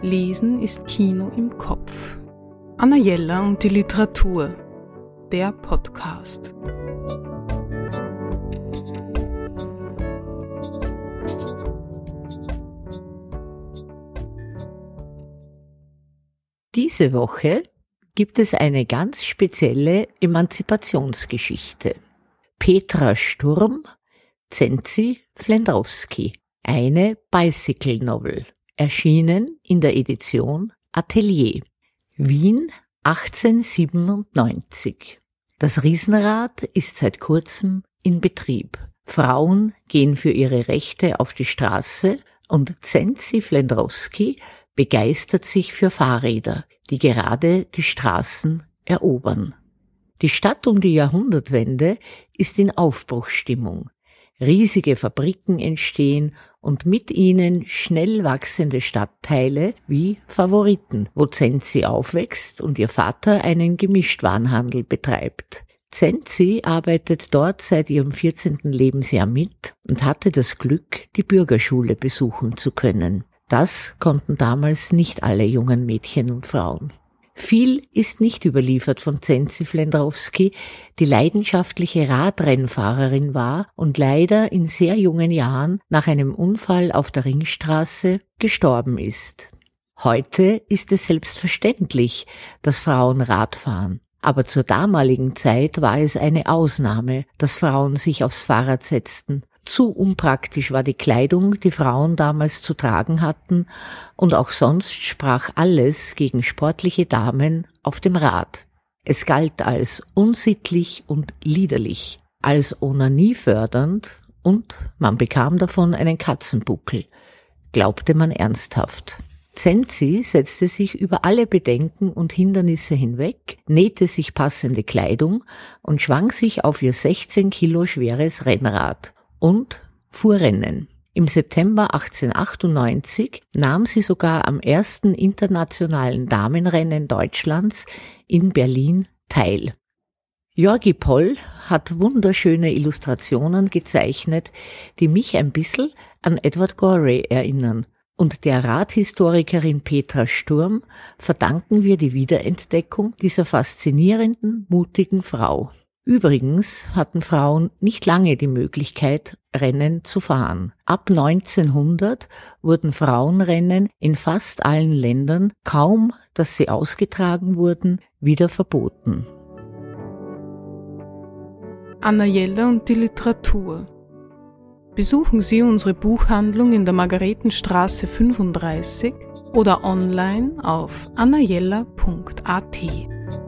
Lesen ist Kino im Kopf. Anna Jeller und die Literatur. Der Podcast. Diese Woche gibt es eine ganz spezielle Emanzipationsgeschichte. Petra Sturm, Cenci Flendrowski. Eine Bicycle Novel. Erschienen in der Edition Atelier. Wien 1897. Das Riesenrad ist seit kurzem in Betrieb. Frauen gehen für ihre Rechte auf die Straße und Cenci Flendrowski begeistert sich für Fahrräder, die gerade die Straßen erobern. Die Stadt um die Jahrhundertwende ist in Aufbruchsstimmung. Riesige Fabriken entstehen und mit ihnen schnell wachsende Stadtteile wie Favoriten, wo Cenci aufwächst und ihr Vater einen Gemischtwarenhandel betreibt. Cenci arbeitet dort seit ihrem 14. Lebensjahr mit und hatte das Glück, die Bürgerschule besuchen zu können. Das konnten damals nicht alle jungen Mädchen und Frauen. Viel ist nicht überliefert von Cenci Flendrowski, die leidenschaftliche Radrennfahrerin war und leider in sehr jungen Jahren nach einem Unfall auf der Ringstraße gestorben ist. Heute ist es selbstverständlich, dass Frauen Rad fahren. Aber zur damaligen Zeit war es eine Ausnahme, dass Frauen sich aufs Fahrrad setzten. Zu unpraktisch war die Kleidung, die Frauen damals zu tragen hatten, und auch sonst sprach alles gegen sportliche Damen auf dem Rad. Es galt als unsittlich und liederlich, als onaniefördernd und man bekam davon einen Katzenbuckel, glaubte man ernsthaft. Cenci setzte sich über alle Bedenken und Hindernisse hinweg, nähte sich passende Kleidung und schwang sich auf ihr 16 Kilo schweres Rennrad und fuhr Rennen. Im September 1898 nahm sie sogar am ersten internationalen Damenrennen Deutschlands in Berlin teil. Georgi Poll hat wunderschöne Illustrationen gezeichnet, die mich ein bisschen an Edward Gorey erinnern. Und der Radhistorikerin Petra Sturm verdanken wir die Wiederentdeckung dieser faszinierenden, mutigen Frau. Übrigens hatten Frauen nicht lange die Möglichkeit, Rennen zu fahren. Ab 1900 wurden Frauenrennen in fast allen Ländern, kaum dass sie ausgetragen wurden, wieder verboten. Anna Jeller und die Literatur. Besuchen Sie unsere Buchhandlung in der Margaretenstraße 35 oder online auf annajeller.at.